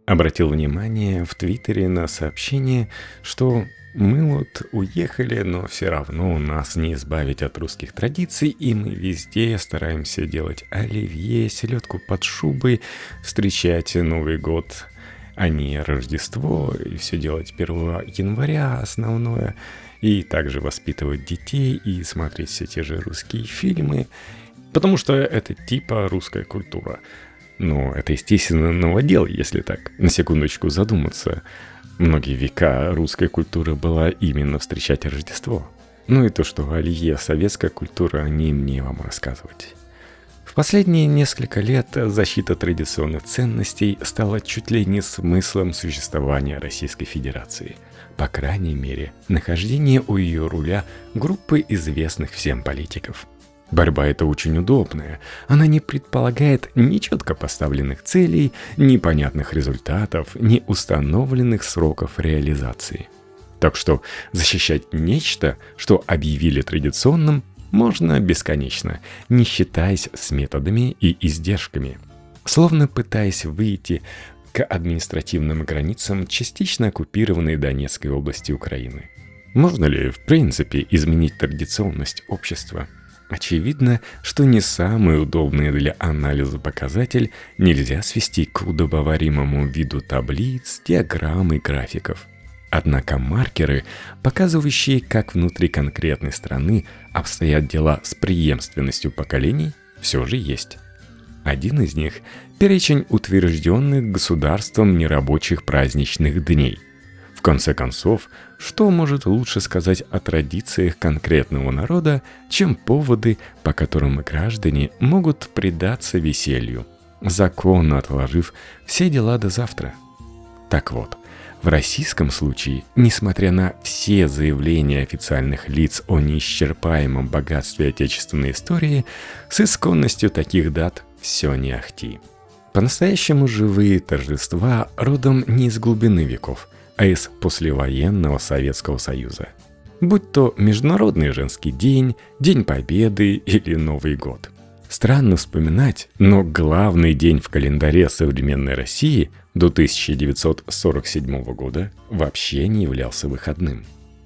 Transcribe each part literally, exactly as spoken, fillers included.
обратил внимание в Твиттере на сообщение, что мы вот уехали, но все равно нас не избавить от русских традиций, и мы везде стараемся делать оливье, селедку под шубой, встречать Новый год, а не Рождество, и все делать первого января основное, и также воспитывать детей и смотреть все те же русские фильмы, потому что это типа русская культура. Но это, естественно, новодел, если так, на секундочку задуматься. Многие века русская культура была именно встречать Рождество. Ну и то, что оливье советская культура, не мне вам рассказывать. В последние несколько лет защита традиционных ценностей стала чуть ли не смыслом существования Российской Федерации. По крайней мере, нахождение у ее руля группы известных всем политиков. Борьба эта очень удобная. Она не предполагает ни четко поставленных целей, ни понятных результатов, ни установленных сроков реализации. Так что защищать нечто, что объявили традиционным, можно бесконечно, не считаясь с методами и издержками. Словно пытаясь выйти к административным границам частично оккупированной Донецкой области Украины. Можно ли, в принципе, изменить традиционность общества? Очевидно, что не самый удобный для анализа показатель нельзя свести к удобоваримому виду таблиц, диаграмм и графиков. Однако маркеры, показывающие, как внутри конкретной страны обстоят дела с преемственностью поколений, все же есть. Один из них – перечень утвержденных государством нерабочих праздничных дней. В конце концов, что может лучше сказать о традициях конкретного народа, чем поводы, по которым граждане могут предаться веселью, законно отложив все дела до завтра? Так вот, в российском случае, несмотря на все заявления официальных лиц о неисчерпаемом богатстве отечественной истории, с исконностью таких дат все не ахти. По-настоящему живые торжества родом не из глубины веков, а из послевоенного Советского Союза. Будь то Международный женский день, День Победы или Новый год. Странно вспоминать, но главный день в календаре современной России до тысяча девятьсот сорок седьмого года вообще не являлся выходным.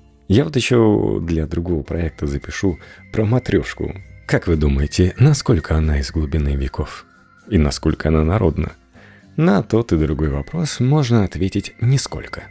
Я вот еще для другого проекта запишу про матрешку. Как вы думаете, насколько она из глубины веков? И насколько она народна? На тот и другой вопрос можно ответить нисколько.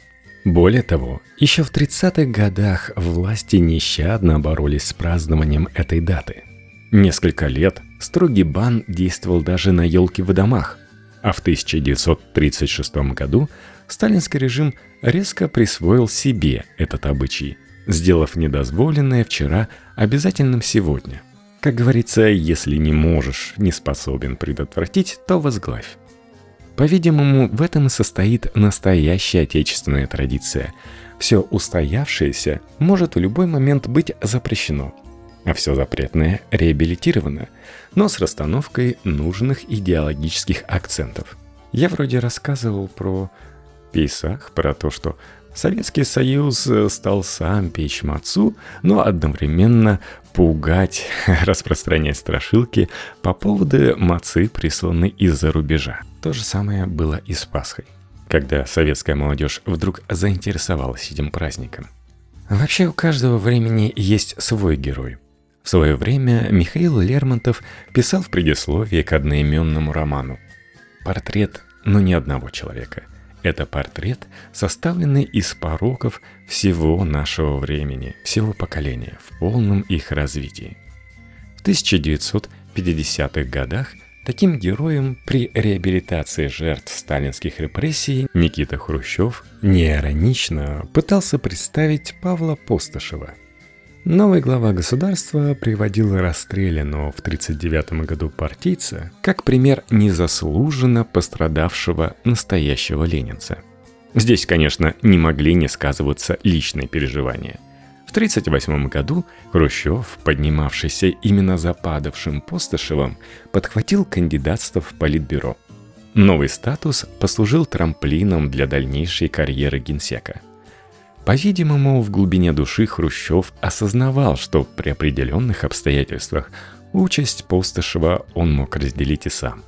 Более того, еще в тридцатых годах власти нещадно боролись с празднованием этой даты. Несколько лет строгий бан действовал даже на елки в домах, а в тысяча девятьсот тридцать шестом году сталинский режим резко присвоил себе этот обычай, сделав недозволенное вчера обязательным сегодня. Как говорится, если не можешь, не способен предотвратить, то возглавь. По-видимому, в этом и состоит настоящая отечественная традиция. Все устоявшееся может в любой момент быть запрещено, а все запретное реабилитировано, но с расстановкой нужных идеологических акцентов. Я вроде рассказывал про Песах, про то, что Советский Союз стал сам печь мацу, но одновременно пугать, распространять страшилки по поводу мацы, присланной из-за рубежа. То же самое было и с Пасхой, когда советская молодежь вдруг заинтересовалась этим праздником. Вообще у каждого времени есть свой герой. В свое время Михаил Лермонтов писал в предисловии к одноименному роману «Портрет, но не одного человека. Это портрет, составленный из пороков всего нашего времени, всего поколения, в полном их развитии». В тысяча девятьсот пятидесятых годах таким героем при реабилитации жертв сталинских репрессий Никита Хрущев неиронично пытался представить Павла Постышева. Новый глава государства приводил расстрелянного в тридцать девятом году партийца как пример незаслуженно пострадавшего настоящего ленинца. Здесь, конечно, не могли не сказываться личные переживания. В тридцать восьмом году Хрущев, поднимавшийся именно за падавшим Постышевым, подхватил кандидатство в Политбюро. Новый статус послужил трамплином для дальнейшей карьеры генсека. По-видимому, в глубине души Хрущев осознавал, что при определенных обстоятельствах участь Постышева он мог разделить и сам.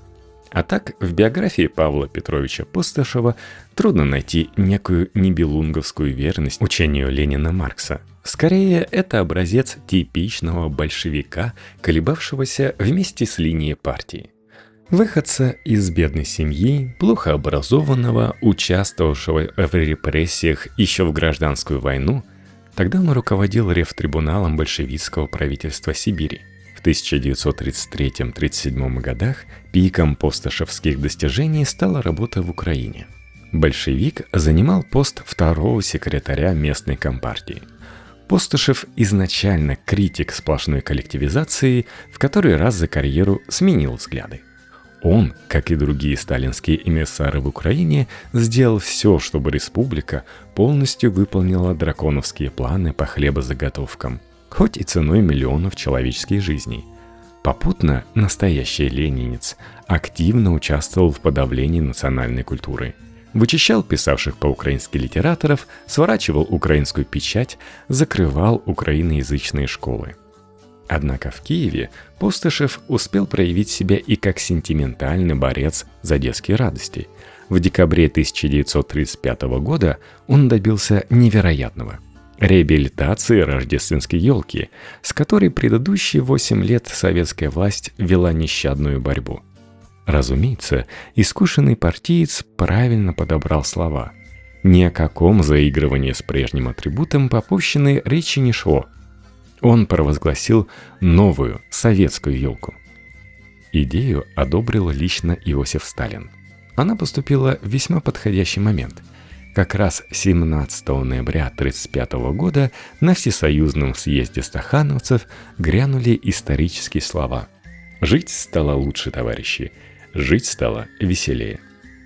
А так, в биографии Павла Петровича Постышева трудно найти некую нибелунговскую верность учению Ленина-Маркса. Скорее, это образец типичного большевика, колебавшегося вместе с линией партии. Выходца из бедной семьи, плохо образованного, участвовавшего в репрессиях еще в гражданскую войну, тогда он руководил ревтрибуналом большевистского правительства Сибири. В тысяча девятьсот тридцать третьем — тридцать седьмом годах пиком постышевских достижений стала работа в Украине. Большевик занимал пост второго секретаря местной компартии. Постышев изначально критик сплошной коллективизации, в который раз за карьеру сменил взгляды. Он, как и другие сталинские эмиссары в Украине, сделал все, чтобы республика полностью выполнила драконовские планы по хлебозаготовкам, хоть и ценой миллионов человеческих жизней. Попутно настоящий ленинец активно участвовал в подавлении национальной культуры. Вычищал писавших по-украински литераторов, сворачивал украинскую печать, закрывал украиноязычные школы. Однако в Киеве Постышев успел проявить себя и как сентиментальный борец за детские радости. В декабре тысяча девятьсот тридцать пятого года он добился невероятного – реабилитации рождественской елки, с которой предыдущие восемь лет советская власть вела нещадную борьбу. Разумеется, искушенный партиец правильно подобрал слова. Ни о каком заигрывании с прежним атрибутом поповщины речи не шло. Он провозгласил новую советскую елку. Идею одобрил лично Иосиф Сталин. Она поступила в весьма подходящий момент. Как раз семнадцатого ноября тысяча девятьсот тридцать пятого года на Всесоюзном съезде стахановцев грянули исторические слова: «Жить стало лучше, товарищи, жить стало веселее».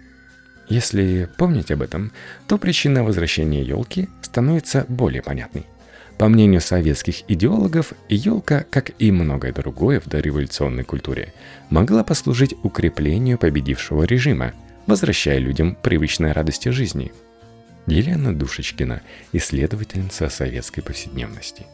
Если помнить об этом, то причина возвращения елки становится более понятной. По мнению советских идеологов, елка, как и многое другое в дореволюционной культуре, могла послужить укреплению победившего режима, возвращая людям привычные радости жизни. Елена Душечкина, исследовательница советской повседневности.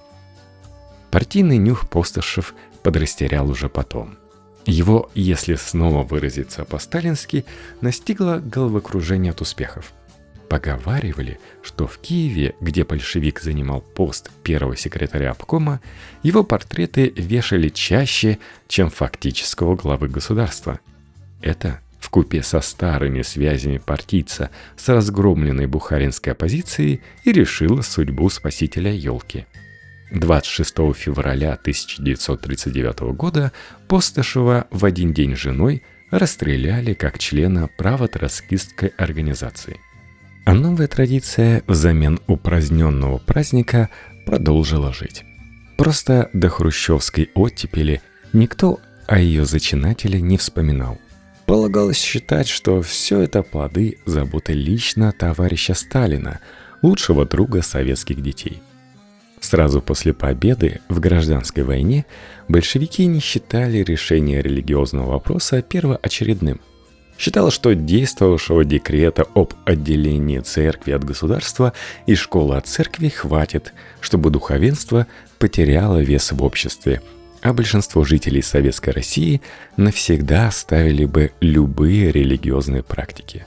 Партийный нюх Постышев подрастерял уже потом. Его, если снова выразиться по-сталински, настигло головокружение от успехов. Поговаривали, что в Киеве, где большевик занимал пост первого секретаря обкома, его портреты вешали чаще, чем фактического главы государства. Это, вкупе со старыми связями партийца с разгромленной бухаринской оппозицией, и решило судьбу спасителя елки. двадцать шестого февраля тысяча девятьсот тридцать девятого года Постышева в один день с женой расстреляли как члена правотроцкистской организации. А новая традиция взамен упраздненного праздника продолжила жить. Просто до хрущевской оттепели никто о ее зачинателе не вспоминал. Полагалось считать, что все это плоды заботы лично товарища Сталина, лучшего друга советских детей. Сразу после победы в гражданской войне большевики не считали решение религиозного вопроса первоочередным. Считалось, что действовавшего декрета об отделении церкви от государства и школы от церкви хватит, чтобы духовенство потеряло вес в обществе, а большинство жителей Советской России навсегда оставили бы любые религиозные практики.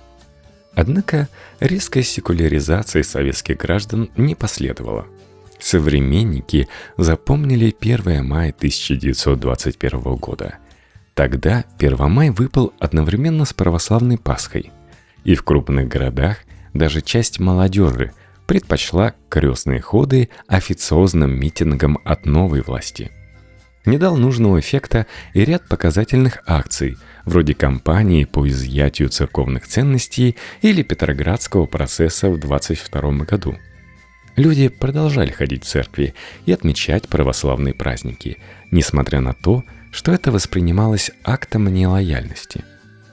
Однако резкой секуляризации советских граждан не последовало. Современники запомнили первое мая тысяча девятьсот двадцать первого года. Тогда Первомай выпал одновременно с православной Пасхой, и в крупных городах даже часть молодежи предпочла крестные ходы официозным митингам от новой власти. Не дал нужного эффекта и ряд показательных акций, вроде кампании по изъятию церковных ценностей или Петроградского процесса в двадцать втором году. Люди продолжали ходить в церкви и отмечать православные праздники, несмотря на то, что это воспринималось актом нелояльности.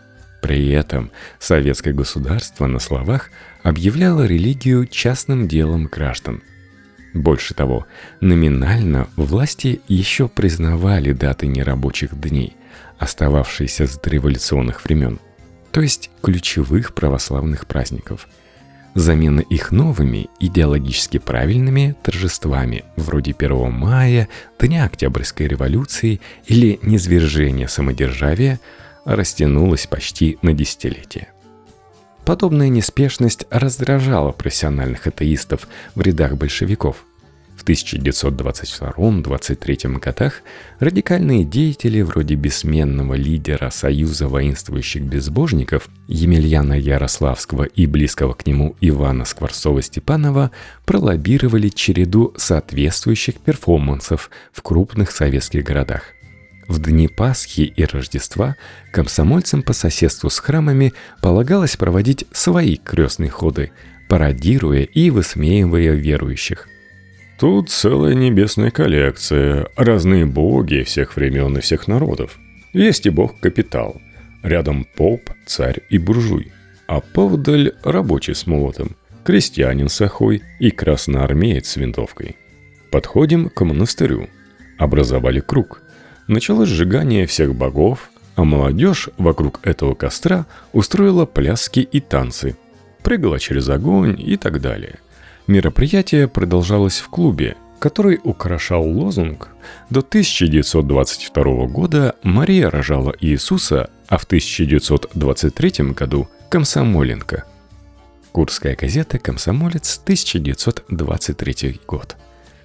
При этом советское государство на словах объявляло религию частным делом граждан. Больше того, номинально власти еще признавали даты нерабочих дней, остававшиеся с дореволюционных времен, то есть ключевых православных праздников. Замена их новыми, идеологически правильными торжествами, вроде первого мая, Дня Октябрьской революции или низвержения самодержавия, растянулась почти на десятилетие. Подобная неспешность раздражала профессиональных атеистов в рядах большевиков. В тысяча девятьсот двадцать втором — двадцать третьем годах радикальные деятели вроде бессменного лидера Союза воинствующих безбожников Емельяна Ярославского и близкого к нему Ивана Скворцова-Степанова пролоббировали череду соответствующих перформансов в крупных советских городах. В дни Пасхи и Рождества комсомольцам по соседству с храмами полагалось проводить свои крестные ходы, пародируя и высмеивая верующих. Тут целая небесная коллекция, разные боги всех времен и всех народов. Есть и бог Капитал, рядом поп, царь и буржуй, а повдаль рабочий с молотом, крестьянин с охой и красноармеец с винтовкой. Подходим к монастырю. Образовали круг. Началось сжигание всех богов, а молодежь вокруг этого костра устроила пляски и танцы, прыгала через огонь и так далее. Мероприятие продолжалось в клубе, который украшал лозунг «До тысяча девятьсот двадцать второго года Мария рожала Иисуса, а в тысяча девятьсот двадцать третьем году – Комсомоленко». Курская газета «Комсомолец», тысяча девятьсот двадцать третий год.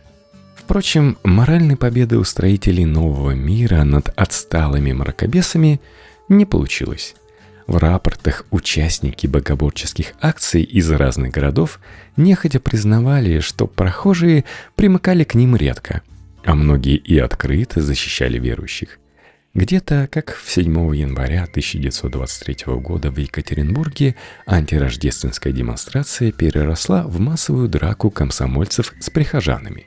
Впрочем, моральной победы у строителей нового мира над отсталыми мракобесами не получилось. В рапортах участники богоборческих акций из разных городов нехотя признавали, что прохожие примыкали к ним редко, а многие и открыто защищали верующих. Где-то, как в седьмого января тысяча девятьсот двадцать третьего года в Екатеринбурге, антирождественская демонстрация переросла в массовую драку комсомольцев с прихожанами.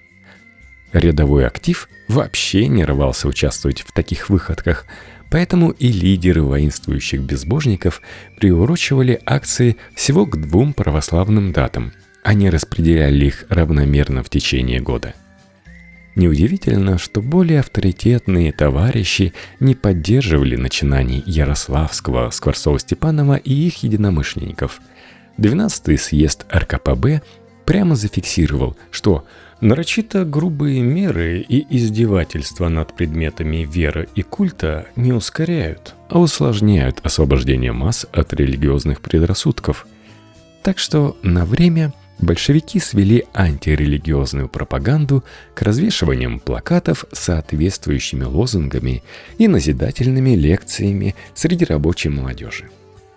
Рядовой актив вообще не рвался участвовать в таких выходках, поэтому и лидеры воинствующих безбожников приурочивали акции всего к двум православным датам, а не распределяли их равномерно в течение года. Неудивительно, что более авторитетные товарищи не поддерживали начинаний Ярославского, Скворцова-Степанова и их единомышленников. двенадцатый съезд эр ка пэ бэ прямо зафиксировал, что нарочито грубые меры и издевательства над предметами веры и культа не ускоряют, а усложняют освобождение масс от религиозных предрассудков. Так что на время большевики свели антирелигиозную пропаганду к развешиваниям плакатов с соответствующими лозунгами и назидательными лекциями среди рабочей молодежи.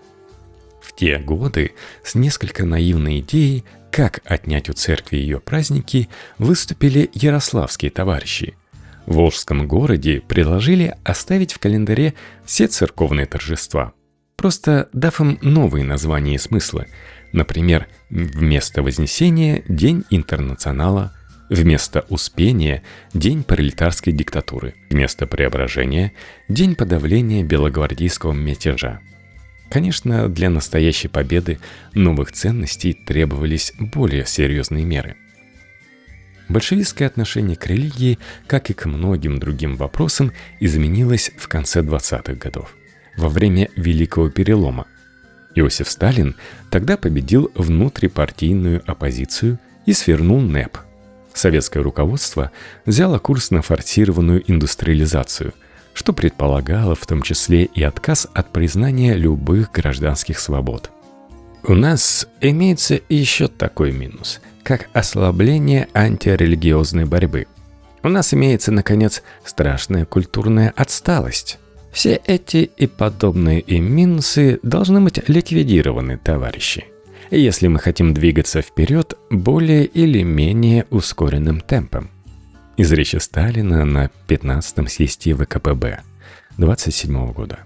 В те годы с несколько наивной идеей, как отнять у церкви ее праздники, выступили ярославские товарищи. В Волжском городе предложили оставить в календаре все церковные торжества, просто дав им новые названия и смыслы. Например, вместо Вознесения – День Интернационала, вместо Успения – День пролетарской диктатуры, вместо Преображения – День подавления белогвардейского мятежа. Конечно, для настоящей победы новых ценностей требовались более серьезные меры. Большевистское отношение к религии, как и к многим другим вопросам, изменилось в конце двадцатых годов, во время Великого Перелома. Иосиф Сталин тогда победил внутрипартийную оппозицию и свернул НЭП. Советское руководство взяло курс на форсированную индустриализацию, что предполагало в том числе и отказ от признания любых гражданских свобод. У нас имеется еще такой минус, как ослабление антирелигиозной борьбы. У нас имеется, наконец, страшная культурная отсталость. Все эти и подобные им минусы должны быть ликвидированы, товарищи, если мы хотим двигаться вперед более или менее ускоренным темпом. Из речи Сталина на пятнадцатом съезде вэ ка пэ бэ двадцать седьмого года.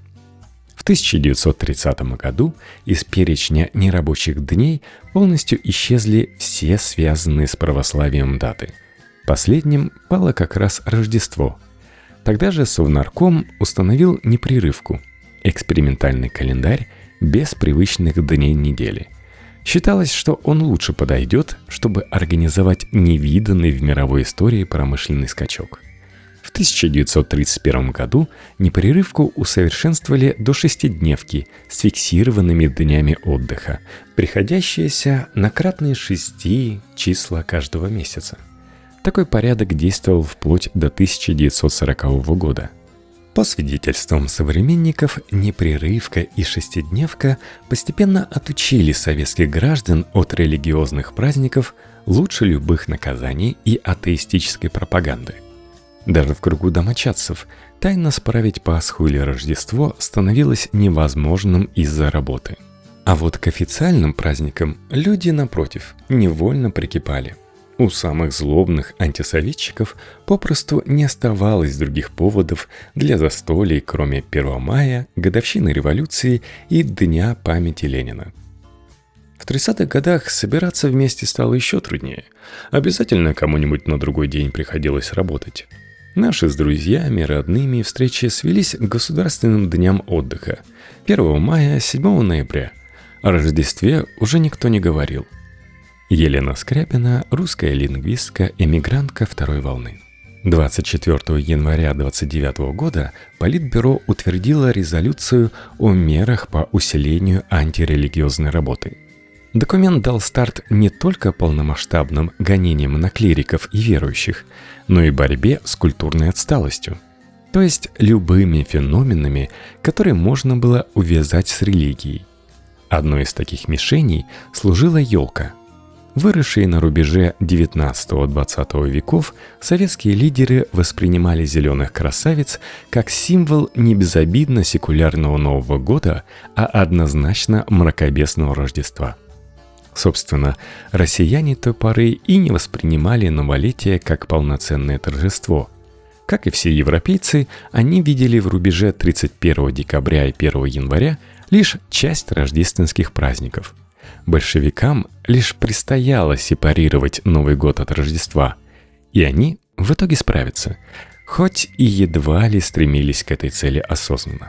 В тысяча девятьсот тридцатом году из перечня нерабочих дней полностью исчезли все связанные с православием даты. Последним пало как раз Рождество. Тогда же Совнарком установил непрерывку – экспериментальный календарь без привычных дней недели. Считалось, что он лучше подойдет, чтобы организовать невиданный в мировой истории промышленный скачок. В тысяча девятьсот тридцать первом году непрерывку усовершенствовали до шестидневки с фиксированными днями отдыха, приходящиеся на кратные шести числа каждого месяца. Такой порядок действовал вплоть до тысяча девятьсот сорокового года. По свидетельствам современников, непрерывка и шестидневка постепенно отучили советских граждан от религиозных праздников лучше любых наказаний и атеистической пропаганды. Даже в кругу домочадцев тайно справить Пасху или Рождество становилось невозможным из-за работы. А вот к официальным праздникам люди, напротив, невольно прикипали. У самых злобных антисоветчиков попросту не оставалось других поводов для застолий, кроме первого мая, годовщины революции и Дня памяти Ленина. В тридцатых годах собираться вместе стало еще труднее. Обязательно кому-нибудь на другой день приходилось работать. Наши с друзьями, родными встречи свелись к государственным дням отдыха. первого мая, седьмого ноября. О Рождестве уже никто не говорил. Елена Скряпина, русская лингвистка, эмигрантка второй волны. двадцать четвёртого января двадцать девятого года Политбюро утвердило резолюцию о мерах по усилению антирелигиозной работы. Документ дал старт не только полномасштабным гонениям на клириков и верующих, но и борьбе с культурной отсталостью, то есть любыми феноменами, которые можно было увязать с религией. Одной из таких мишеней служила елка. Выросшие на рубеже девятнадцатого-двадцатого веков, советские лидеры воспринимали зеленых красавиц как символ не безобидно секулярного Нового года, а однозначно мракобесного Рождества. Собственно, россияне той поры и не воспринимали новолетие как полноценное торжество. Как и все европейцы, они видели в рубеже тридцать первого декабря и первого января лишь часть рождественских праздников. Большевикам лишь предстояло сепарировать Новый год от Рождества, и они в итоге справятся, хоть и едва ли стремились к этой цели осознанно.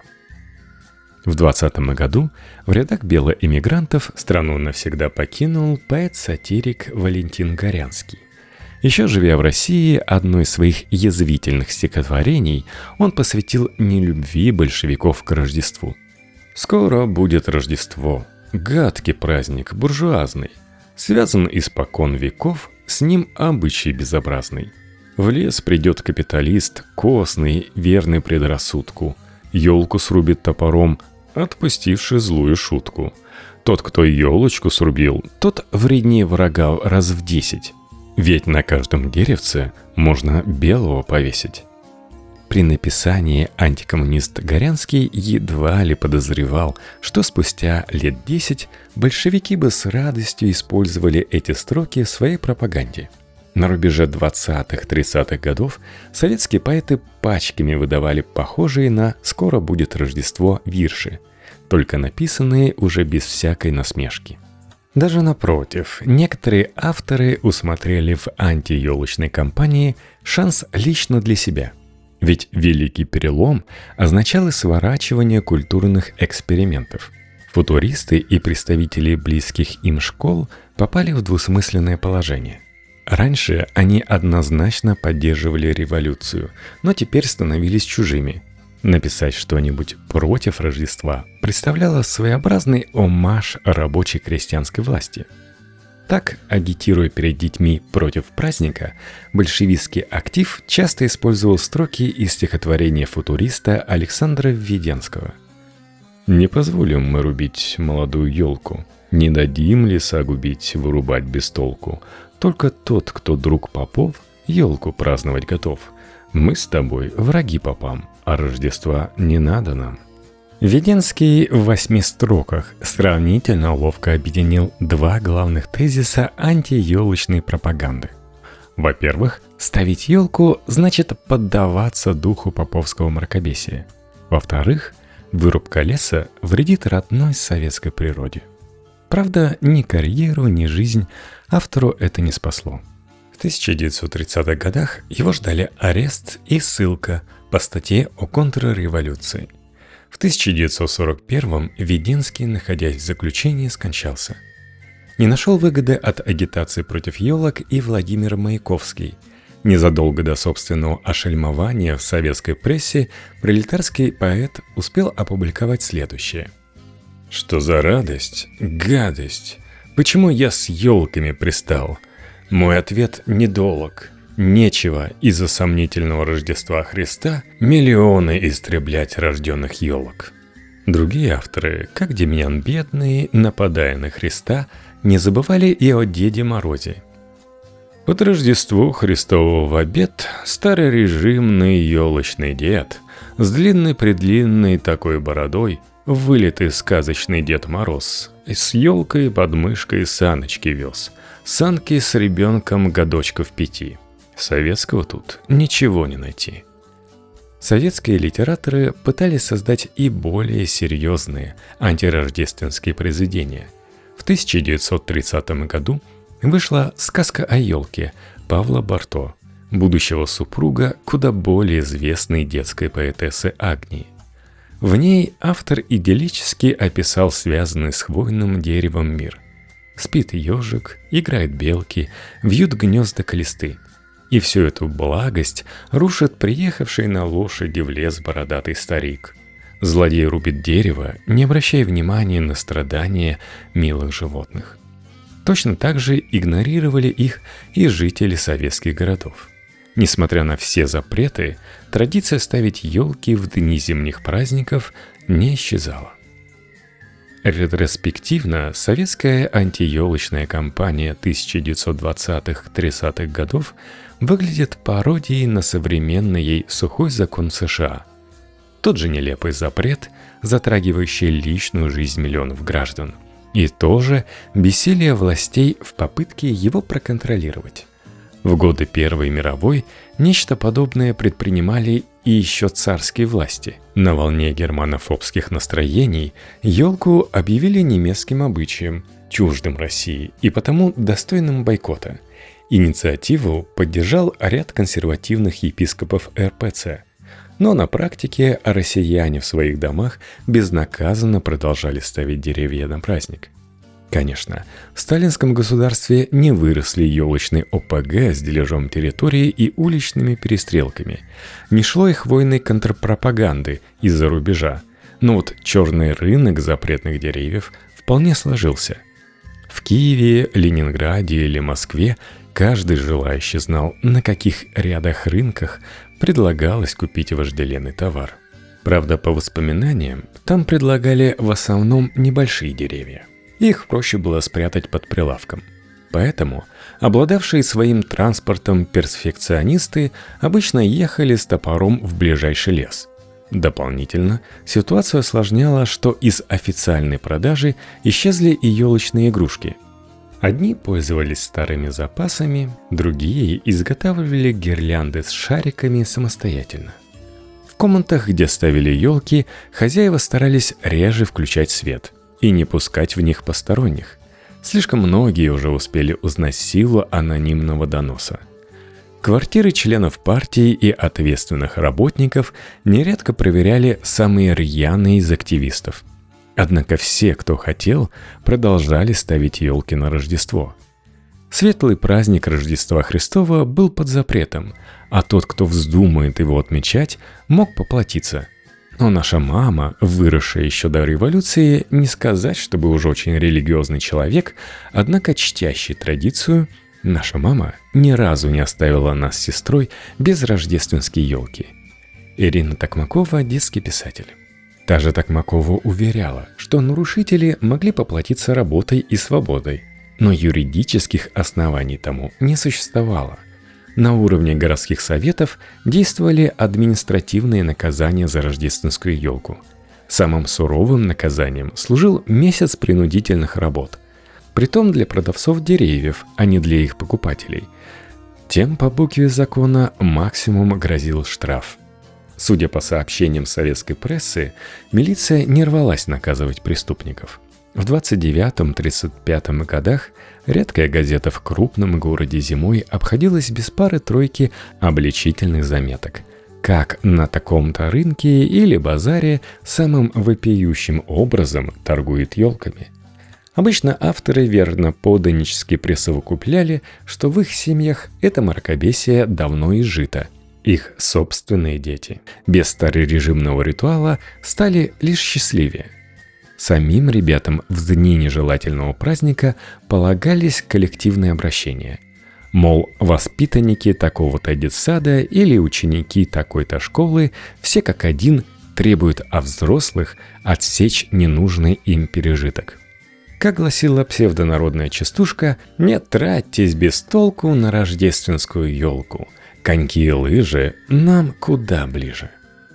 В двадцатом году в рядах белоэмигрантов страну навсегда покинул поэт-сатирик Валентин Горянский. Еще живя в России, одно из своих язвительных стихотворений он посвятил нелюбви большевиков к Рождеству. «Скоро будет Рождество. Гадкий праздник, буржуазный, связан испокон веков, с ним обычай безобразный. В лес придет капиталист, костный, верный предрассудку, елку срубит топором, отпустивший злую шутку. Тот, кто елочку срубил, тот вреднее врага раз в десять, ведь на каждом деревце можно белого повесить». При написании антикоммунист Горянский едва ли подозревал, что спустя лет десять большевики бы с радостью использовали эти строки в своей пропаганде. На рубеже двадцатых-тридцатых годов советские поэты пачками выдавали похожие на «Скоро будет Рождество» вирши, только написанные уже без всякой насмешки. Даже напротив, некоторые авторы усмотрели в антиелочной кампании шанс лично для себя. Ведь Великий Перелом означал и сворачивание культурных экспериментов. Футуристы и представители близких им школ попали в двусмысленное положение. Раньше они однозначно поддерживали революцию, но теперь становились чужими. Написать что-нибудь против Рождества представляло своеобразный оммаж рабочей крестьянской власти. Так, агитируя перед детьми против праздника, большевистский актив часто использовал строки из стихотворения футуриста Александра Введенского. «Не позволим мы рубить молодую елку, не дадим леса губить, вырубать без толку. Только тот, кто друг попов, елку праздновать готов. Мы с тобой враги попам, а Рождества не надо нам». Введенский в восьми строках сравнительно ловко объединил два главных тезиса антиелочной пропаганды. Во-первых, ставить елку значит поддаваться духу поповского мракобесия. Во-вторых, вырубка леса вредит родной советской природе. Правда, ни карьеру, ни жизнь автору это не спасло. В тысяча девятьсот тридцатых годах его ждали арест и ссылка по статье о контрреволюции. В тысяча девятьсот сорок первом Введенский, находясь в заключении, скончался. Не нашел выгоды от агитации против елок и Владимир Маяковский. Незадолго до собственного ошельмования в советской прессе пролетарский поэт успел опубликовать следующее. «Что за радость, гадость? Почему я с елками пристал? Мой ответ недолог. Нечего из-за сомнительного Рождества Христа миллионы истреблять рожденных елок. Другие авторы, как Демьян Бедный, нападая на Христа, не забывали и о Деде Морозе. Под Рождество Христово в обед старорежимный елочный дед с длинной-предлинной такой бородой, вылитый сказочный Дед Мороз, с елкой под мышкой саночки вез, санки с ребенком годочков пяти. Советского тут ничего не найти. Советские литераторы пытались создать и более серьезные антирождественские произведения. В тысяча девятьсот тридцатом году вышла «Сказка о елке» Павла Барто, будущего супруга куда более известной детской поэтессы Агнии. В ней автор идиллически описал связанный с хвойным деревом мир. Спит ежик, играют белки, вьют гнезда клесты. И всю эту благость рушит приехавший на лошади в лес бородатый старик. Злодей рубит дерево, не обращая внимания на страдания милых животных. Точно так же игнорировали их и жители советских городов. Несмотря на все запреты, традиция ставить елки в дни зимних праздников не исчезала. Ретроспективно советская антиелочная кампания тысяча девятьсот двадцатых-тридцатых годов выглядит пародией на современный ей сухой закон США. Тот же нелепый запрет, затрагивающий личную жизнь миллионов граждан, и тоже бессилие властей в попытке его проконтролировать. В годы Первой мировой нечто подобное предпринимали и еще царские власти. На волне германофобских настроений елку объявили немецким обычаем, чуждым России и потому достойным бойкота. Инициативу поддержал ряд консервативных епископов эр пэ цэ. Но на практике россияне в своих домах безнаказанно продолжали ставить деревья на праздник. Конечно, в сталинском государстве не выросли елочные о пэ гэ с дележом территории и уличными перестрелками. Не шло и хвойной контрпропаганды из-за рубежа. Но вот черный рынок запретных деревьев вполне сложился. В Киеве, Ленинграде или Москве каждый желающий знал, на каких рядах рынках предлагалось купить вожделенный товар. Правда, по воспоминаниям, там предлагали в основном небольшие деревья. Их проще было спрятать под прилавком. Поэтому обладавшие своим транспортом перфекционисты обычно ехали с топором в ближайший лес. Дополнительно ситуацию осложняло, что из официальной продажи исчезли и елочные игрушки. Одни пользовались старыми запасами, другие изготавливали гирлянды с шариками самостоятельно. В комнатах, где ставили елки, хозяева старались реже включать свет и не пускать в них посторонних. Слишком многие уже успели узнать силу анонимного доноса. Квартиры членов партии и ответственных работников нередко проверяли самые рьяные из активистов. Однако все, кто хотел, продолжали ставить елки на Рождество. Светлый праздник Рождества Христова был под запретом, а тот, кто вздумает его отмечать, мог поплатиться. Но наша мама, выросшая еще до революции, не сказать, чтобы уж очень религиозный человек, однако чтящий традицию, наша мама ни разу не оставила нас с сестрой без рождественской елки. Ирина Токмакова – детский писатель. Та же Токмакова уверяла, что нарушители могли поплатиться работой и свободой, но юридических оснований тому не существовало. На уровне городских советов действовали административные наказания за рождественскую елку. Самым суровым наказанием служил месяц принудительных работ. Притом для продавцов деревьев, а не для их покупателей. Тем по букве закона максимум грозил штраф. Судя по сообщениям советской прессы, милиция не рвалась наказывать преступников. В двадцать девятом-тридцать пятом годах редкая газета в крупном городе зимой обходилась без пары-тройки обличительных заметок. Как на таком-то рынке или базаре самым вопиющим образом торгуют елками. Обычно авторы верно подданнически присовокупляли, что в их семьях это мракобесие давно изжито. Их собственные дети без старорежимного ритуала стали лишь счастливее. Самим ребятам в дни нежелательного праздника полагались коллективные обращения. Мол, воспитанники такого-то детсада или ученики такой-то школы все как один требуют от взрослых отсечь ненужный им пережиток. Как гласила псевдонародная частушка, не тратьтесь без толку на рождественскую елку. Коньки и лыжи нам куда ближе.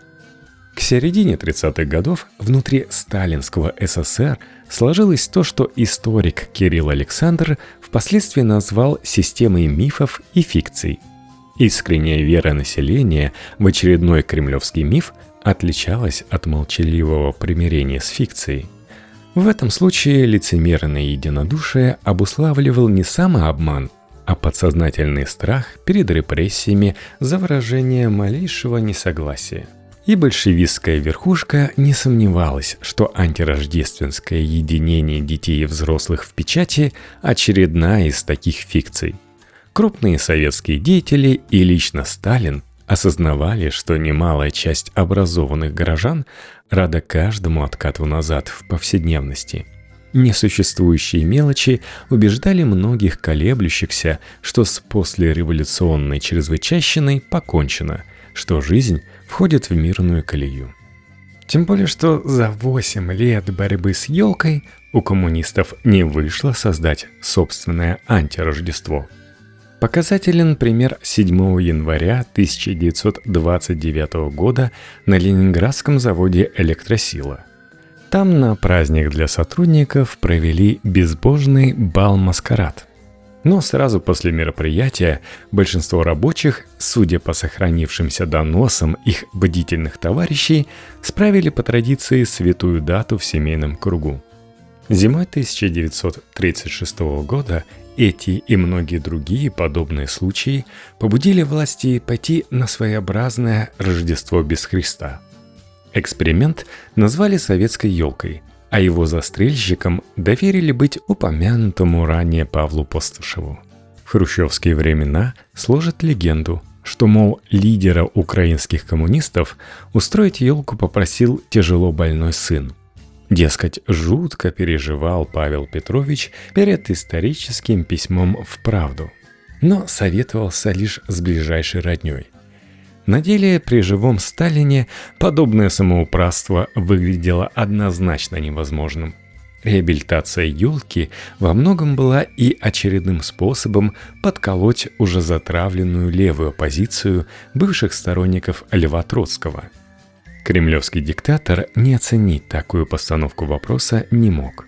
К середине тридцатых годов внутри сталинского СССР сложилось то, что историк Кирилл Александр впоследствии назвал системой мифов и фикций. Искренняя вера населения в очередной кремлевский миф отличалась от молчаливого примирения с фикцией. В этом случае лицемерное единодушие обуславливал не самообман, а подсознательный страх перед репрессиями за выражение малейшего несогласия. И большевистская верхушка не сомневалась, что антирождественское единение детей и взрослых в печати – очередная из таких фикций. Крупные советские деятели и лично Сталин осознавали, что немалая часть образованных горожан рада каждому откату назад в повседневности. Несуществующие мелочи убеждали многих колеблющихся, что с послереволюционной чрезвычайщиной покончено, что жизнь входит в мирную колею. Тем более, что за восемь лет борьбы с елкой у коммунистов не вышло создать собственное антирождество. Показателен пример седьмого января тысяча девятьсот двадцать девятого года на ленинградском заводе «Электросила». Там на праздник для сотрудников провели безбожный бал-маскарад. Но сразу после мероприятия большинство рабочих, судя по сохранившимся доносам их бдительных товарищей, справили по традиции святую дату в семейном кругу. Зимой тысяча девятьсот тридцать шестого года эти и многие другие подобные случаи побудили власти пойти на своеобразное Рождество без Христа. Эксперимент назвали советской елкой, а его застрельщикам доверили быть упомянутому ранее Павлу Постышеву. В хрущевские времена сложат легенду, что, мол, лидера украинских коммунистов устроить елку попросил тяжело больной сын. Дескать, жутко переживал Павел Петрович перед историческим письмом в «Правду», но советовался лишь с ближайшей роднёй. На деле при живом Сталине подобное самоуправство выглядело однозначно невозможным. Реабилитация елки во многом была и очередным способом подколоть уже затравленную левую оппозицию бывших сторонников Льва Троцкого. Кремлевский диктатор не оценить такую постановку вопроса не мог.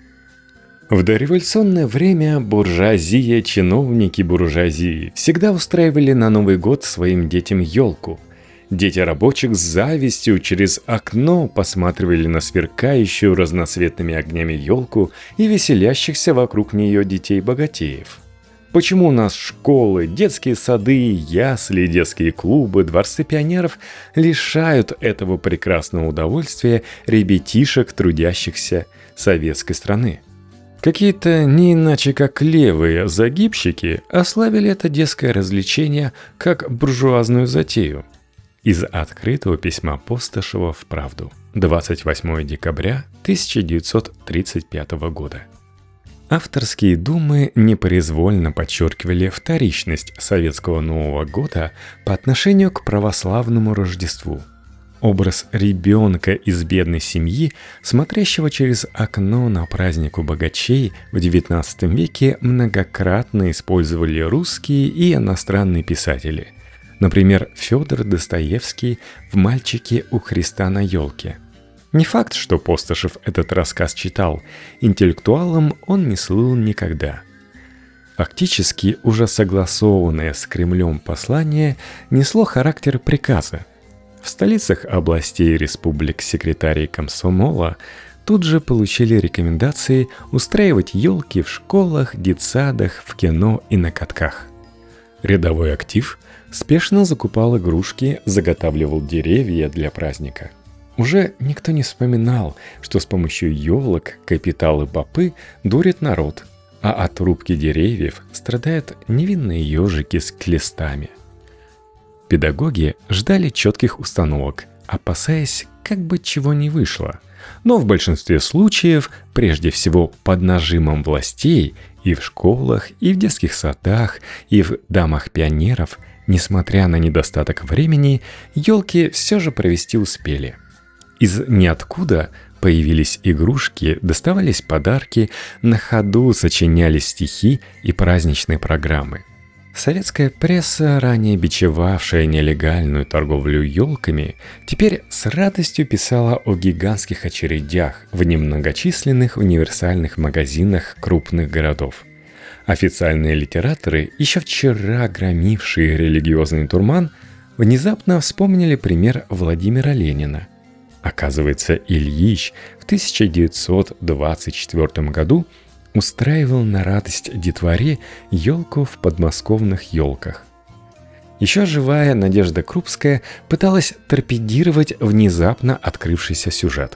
В дореволюционное время буржуазия, чиновники буржуазии всегда устраивали на Новый год своим детям елку. Дети рабочих с завистью через окно посматривали на сверкающую разноцветными огнями елку и веселящихся вокруг нее детей-богатеев. Почему у нас школы, детские сады, ясли, детские клубы, дворцы пионеров лишают этого прекрасного удовольствия ребятишек, трудящихся советской страны? Какие-то не иначе как левые загибщики ославили это детское развлечение как буржуазную затею. Из открытого письма Постышева в «Правду», двадцать восьмого декабря тысяча девятьсот тридцать пятого года. Авторские думы непроизвольно подчеркивали вторичность советского Нового года по отношению к православному Рождеству. Образ ребенка из бедной семьи, смотрящего через окно на праздник у богачей, в девятнадцатом веке многократно использовали русские и иностранные писатели. Например, Федор Достоевский в «Мальчике у Христа на елке». Не факт, что Постышев этот рассказ читал, интеллектуалом он не слыл никогда. Фактически уже согласованное с Кремлем послание несло характер приказа. В столицах областей и республик секретарии комсомола тут же получили рекомендации устраивать елки в школах, детсадах, в кино и на катках. Рядовой актив спешно закупал игрушки, заготавливал деревья для праздника. Уже никто не вспоминал, что с помощью елок капитал и попы дурит народ, а от рубки деревьев страдают невинные ежики с клестами. Педагоги ждали четких установок, опасаясь, как бы чего не вышло. но в большинстве случаев, прежде всего под нажимом властей, и в школах, и в детских садах, и в домах пионеров, несмотря на недостаток времени, елки все же провести успели. Из ниоткуда появились игрушки, доставались подарки, на ходу сочинялись стихи и праздничные программы. Советская пресса, ранее бичевавшая нелегальную торговлю елками, теперь с радостью писала о гигантских очередях в немногочисленных универсальных магазинах крупных городов. Официальные литераторы, еще вчера громившие религиозный дурман, внезапно вспомнили пример Владимира Ленина. Оказывается, Ильич в тысяча девятьсот двадцать четвёртом году устраивал на радость детворе елку в подмосковных елках. Еще живая Надежда Крупская пыталась торпедировать внезапно открывшийся сюжет.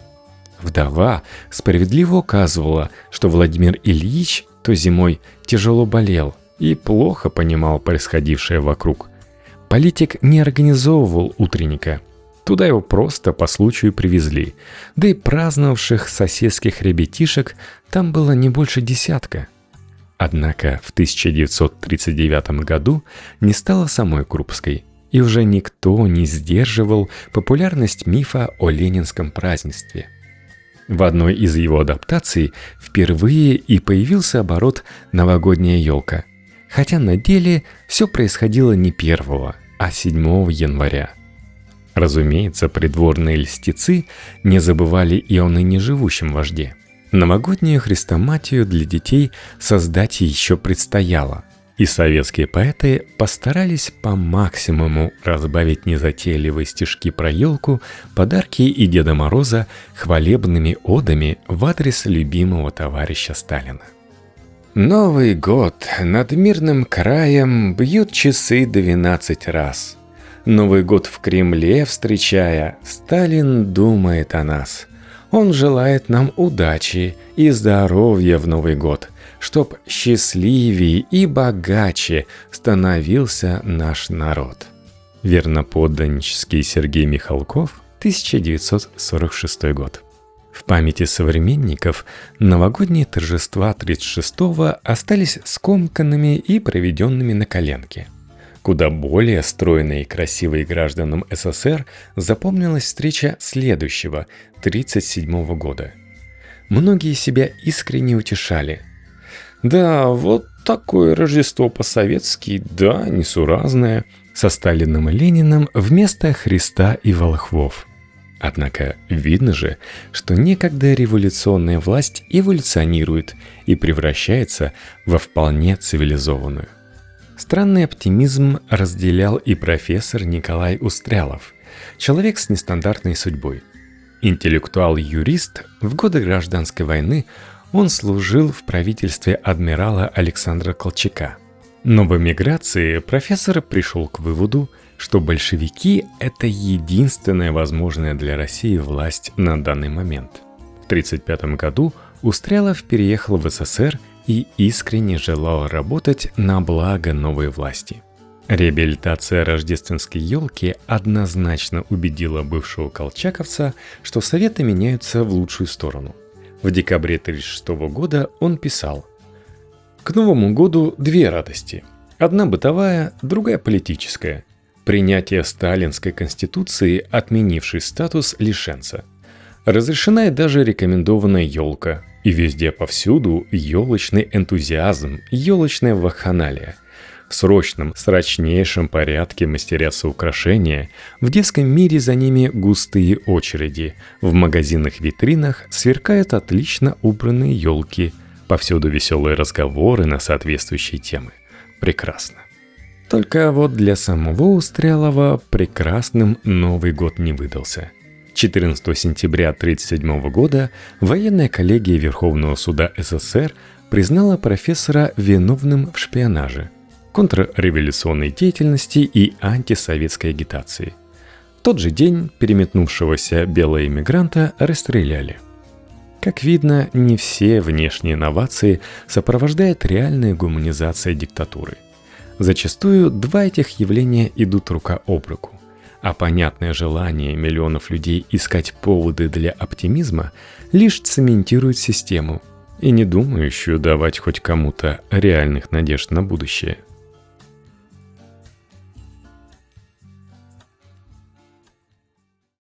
Вдова справедливо указывала, что Владимир Ильич то зимой тяжело болел и плохо понимал происходившее вокруг. Политик не организовывал утренника. Туда его просто по случаю привезли, да и праздновавших соседских ребятишек там было не больше десятка. Однако в тысяча девятьсот тридцать девятом году не стало самой Крупской, и уже никто не сдерживал популярность мифа о ленинском празднестве. В одной из его адаптаций впервые и появился оборот «новогодняя елка», хотя на деле все происходило не первого, а седьмого января. Разумеется, придворные льстецы не забывали и о ныне живущем вожде. Новогоднюю хрестоматию для детей создать еще предстояло, и советские поэты постарались по максимуму разбавить незатейливые стишки про елку, подарки и Деда Мороза хвалебными одами в адрес любимого товарища Сталина. Новый год над мирным краем бьют часы двенадцать раз. Новый год в Кремле встречая, Сталин думает о нас. Он желает нам удачи и здоровья в Новый год, чтоб счастливее и богаче становился наш народ. Верноподданнический Сергей Михалков, тысяча девятьсот сорок шестой год. В памяти современников новогодние торжества тридцать шестого остались скомканными и проведенными на коленке. Куда более стройной и красивой гражданам СССР запомнилась встреча следующего, тридцать седьмого года. Многие себя искренне утешали. Да, вот такое Рождество по-советски, да, несуразное, со Сталиным и Лениным вместо Христа и волхвов. Однако видно же, что некогда революционная власть эволюционирует и превращается во вполне цивилизованную. Странный оптимизм разделял и профессор Николай Устрялов, человек с нестандартной судьбой. Интеллектуал-юрист, в годы Гражданской войны он служил в правительстве адмирала Александра Колчака. Но в эмиграции профессор пришел к выводу, что большевики – это единственная возможная для России власть на данный момент. В тысяча девятьсот тридцать пятом году Устрялов переехал в СССР и искренне желал работать на благо новой власти. Реабилитация рождественской елки однозначно убедила бывшего колчаковца, что советы меняются в лучшую сторону. В декабре тысяча девятьсот тридцать шестого года он писал: «К Новому году две радости. Одна бытовая, другая политическая. Принятие сталинской конституции, отменившей статус лишенца. Разрешена и даже рекомендованная елка. И везде повсюду елочный энтузиазм, елочная вакханалия. В срочном, срочнейшем порядке мастерятся украшения, в детском мире за ними густые очереди, в магазинах-витринах сверкают отлично убранные елки, повсюду веселые разговоры на соответствующие темы. Прекрасно. Только вот для самого Устрялова прекрасным Новый год не выдался. четырнадцатого сентября тысяча девятьсот тридцать седьмого года военная коллегия Верховного суда СССР признала профессора виновным в шпионаже, контрреволюционной деятельности и антисоветской агитации. В тот же день переметнувшегося белого эмигранта расстреляли. Как видно, не все внешние новации сопровождает реальная гуманизация диктатуры. Зачастую два этих явления идут рука об руку. А понятное желание миллионов людей искать поводы для оптимизма лишь цементирует систему и не думающую давать хоть кому-то реальных надежд на будущее.